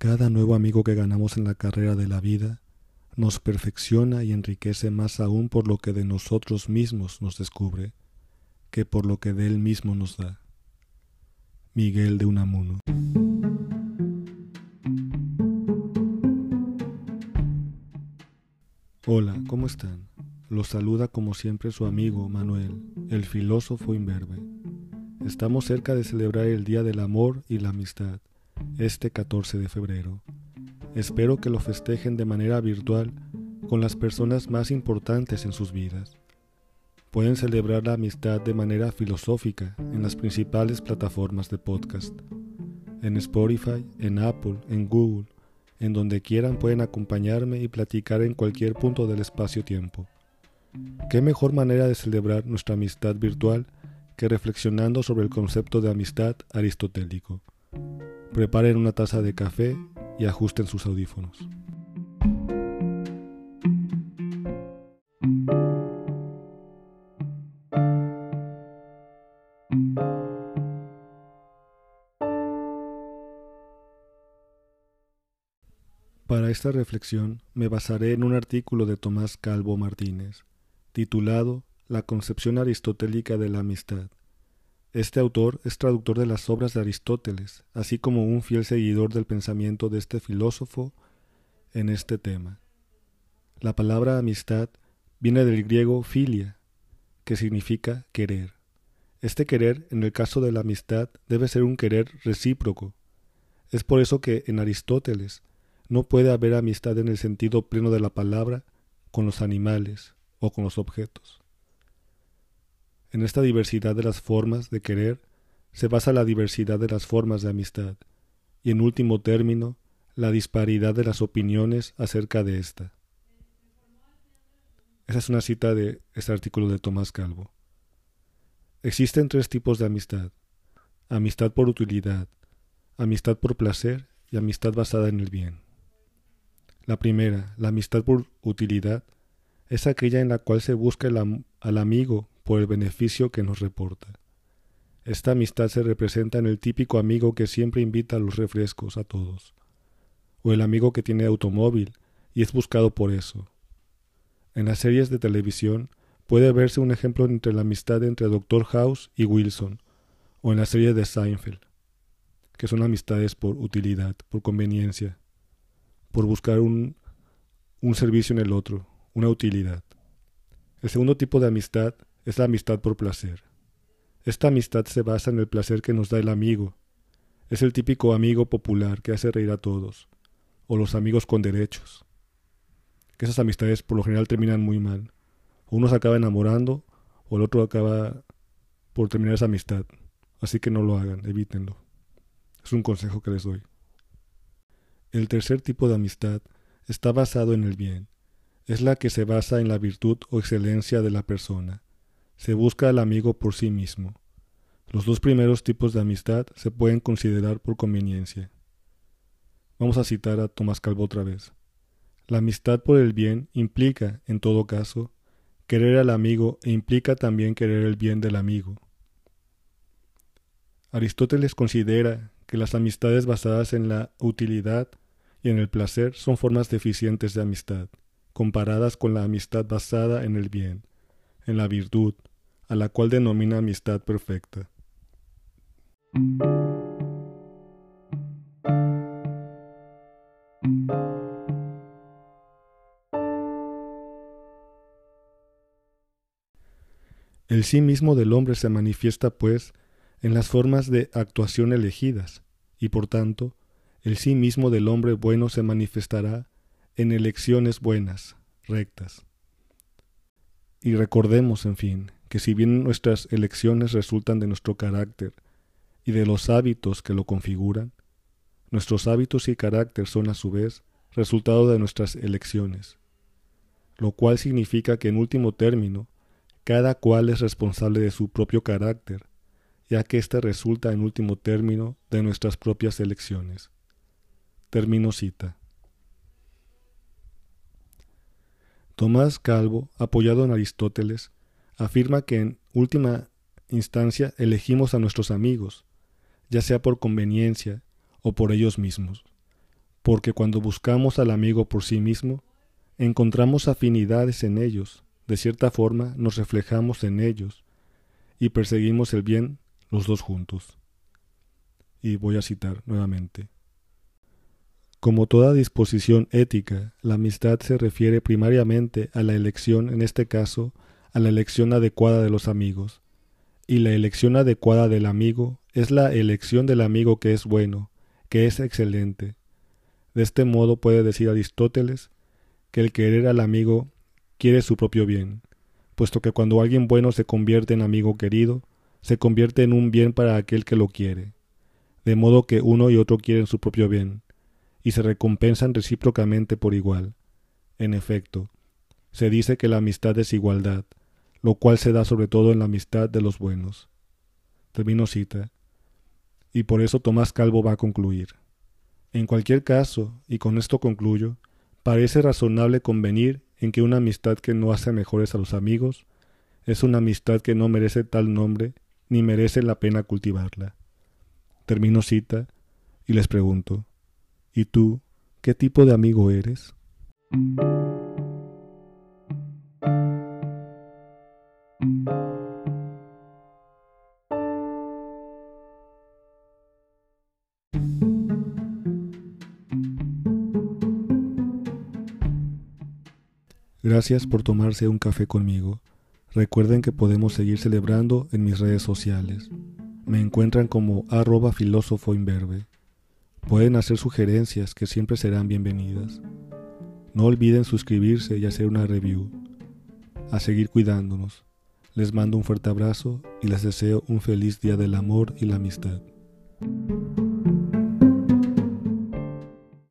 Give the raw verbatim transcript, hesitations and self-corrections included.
Cada nuevo amigo que ganamos en la carrera de la vida nos perfecciona y enriquece más aún por lo que de nosotros mismos nos descubre, que por lo que de él mismo nos da. Miguel de Unamuno. Hola, ¿cómo están? Los saluda como siempre su amigo Manuel, el filósofo imberbe. Estamos cerca de celebrar el Día del Amor y la Amistad, este catorce de febrero. Espero que lo festejen de manera virtual con las personas más importantes en sus vidas. Pueden celebrar la amistad de manera filosófica en las principales plataformas de podcast. En Spotify, en Apple, en Google, en donde quieran pueden acompañarme y platicar en cualquier punto del espacio-tiempo. ¿Qué mejor manera de celebrar nuestra amistad virtual que reflexionando sobre el concepto de amistad aristotélico? Preparen una taza de café y ajusten sus audífonos. Para esta reflexión me basaré en un artículo de Tomás Calvo Martínez, titulado La concepción aristotélica de la amistad. Este autor es traductor de las obras de Aristóteles, así como un fiel seguidor del pensamiento de este filósofo en este tema. La palabra amistad viene del griego philia, que significa querer. Este querer, en el caso de la amistad, debe ser un querer recíproco. Es por eso que en Aristóteles no puede haber amistad en el sentido pleno de la palabra con los animales o con los objetos. En esta diversidad de las formas de querer se basa la diversidad de las formas de amistad y, en último término, la disparidad de las opiniones acerca de esta. Esa es una cita de este artículo de Tomás Calvo. Existen tres tipos de amistad: amistad por utilidad, amistad por placer y amistad basada en el bien. La primera, la amistad por utilidad, es aquella en la cual se busca el am- al amigo por el beneficio que nos reporta. Esta amistad se representa en el típico amigo que siempre invita a los refrescos a todos, o el amigo que tiene automóvil y es buscado por eso. En las series de televisión puede verse un ejemplo entre la amistad entre doctor House y Wilson, o en la serie de Seinfeld, que son amistades por utilidad, por conveniencia, por buscar un, un servicio en el otro, una utilidad. El segundo tipo de amistad es la amistad por placer. Esta amistad se basa en el placer que nos da el amigo. Es el típico amigo popular que hace reír a todos, o los amigos con derechos. Que esas amistades por lo general terminan muy mal. O uno se acaba enamorando, o el otro acaba por terminar esa amistad. Así que no lo hagan, evítenlo. Es un consejo que les doy. El tercer tipo de amistad está basado en el bien. Es la que se basa en la virtud o excelencia de la persona. Se busca al amigo por sí mismo. Los dos primeros tipos de amistad se pueden considerar por conveniencia. Vamos a citar a Tomás Calvo otra vez. La amistad por el bien implica, en todo caso, querer al amigo e implica también querer el bien del amigo. Aristóteles considera que las amistades basadas en la utilidad y en el placer son formas deficientes de amistad, comparadas con la amistad basada en el bien, en la virtud, a la cual denomina amistad perfecta. El sí mismo del hombre se manifiesta, pues, en las formas de actuación elegidas, y por tanto, el sí mismo del hombre bueno se manifestará en elecciones buenas, rectas. Y recordemos, en fin, que si bien nuestras elecciones resultan de nuestro carácter y de los hábitos que lo configuran, nuestros hábitos y carácter son a su vez resultado de nuestras elecciones, lo cual significa que en último término, cada cual es responsable de su propio carácter, ya que éste resulta en último término de nuestras propias elecciones. Termino cita. Tomás Calvo, apoyado en Aristóteles, afirma que en última instancia elegimos a nuestros amigos, ya sea por conveniencia o por ellos mismos. porque cuando buscamos al amigo por sí mismo, encontramos afinidades en ellos, de cierta forma nos reflejamos en ellos, y perseguimos el bien los dos juntos. Y voy a citar nuevamente. Como toda disposición ética, la amistad se refiere primariamente a la elección, en este caso, a la elección adecuada de los amigos, y la elección adecuada del amigo es la elección del amigo que es bueno, que es excelente. De este modo puede decir Aristóteles que el querer al amigo quiere su propio bien, puesto que cuando alguien bueno se convierte en amigo querido, se convierte en un bien para aquel que lo quiere, de modo que uno y otro quieren su propio bien, y se recompensan recíprocamente por igual. En efecto, se dice que la amistad es igualdad, lo cual se da sobre todo en la amistad de los buenos. Termino cita. Y por eso Tomás Calvo va a concluir. En cualquier caso, y con esto concluyo, parece razonable convenir en que una amistad que no hace mejores a los amigos es una amistad que no merece tal nombre ni merece la pena cultivarla. Termino cita y les pregunto, ¿y tú qué tipo de amigo eres? Gracias por tomarse un café conmigo. Recuerden que podemos seguir celebrando en mis redes sociales. Me encuentran como arroba filósofo imberbe. Pueden hacer sugerencias que siempre serán bienvenidas. No olviden suscribirse y hacer una review. A seguir cuidándonos. Les mando un fuerte abrazo y les deseo un feliz día del amor y la amistad.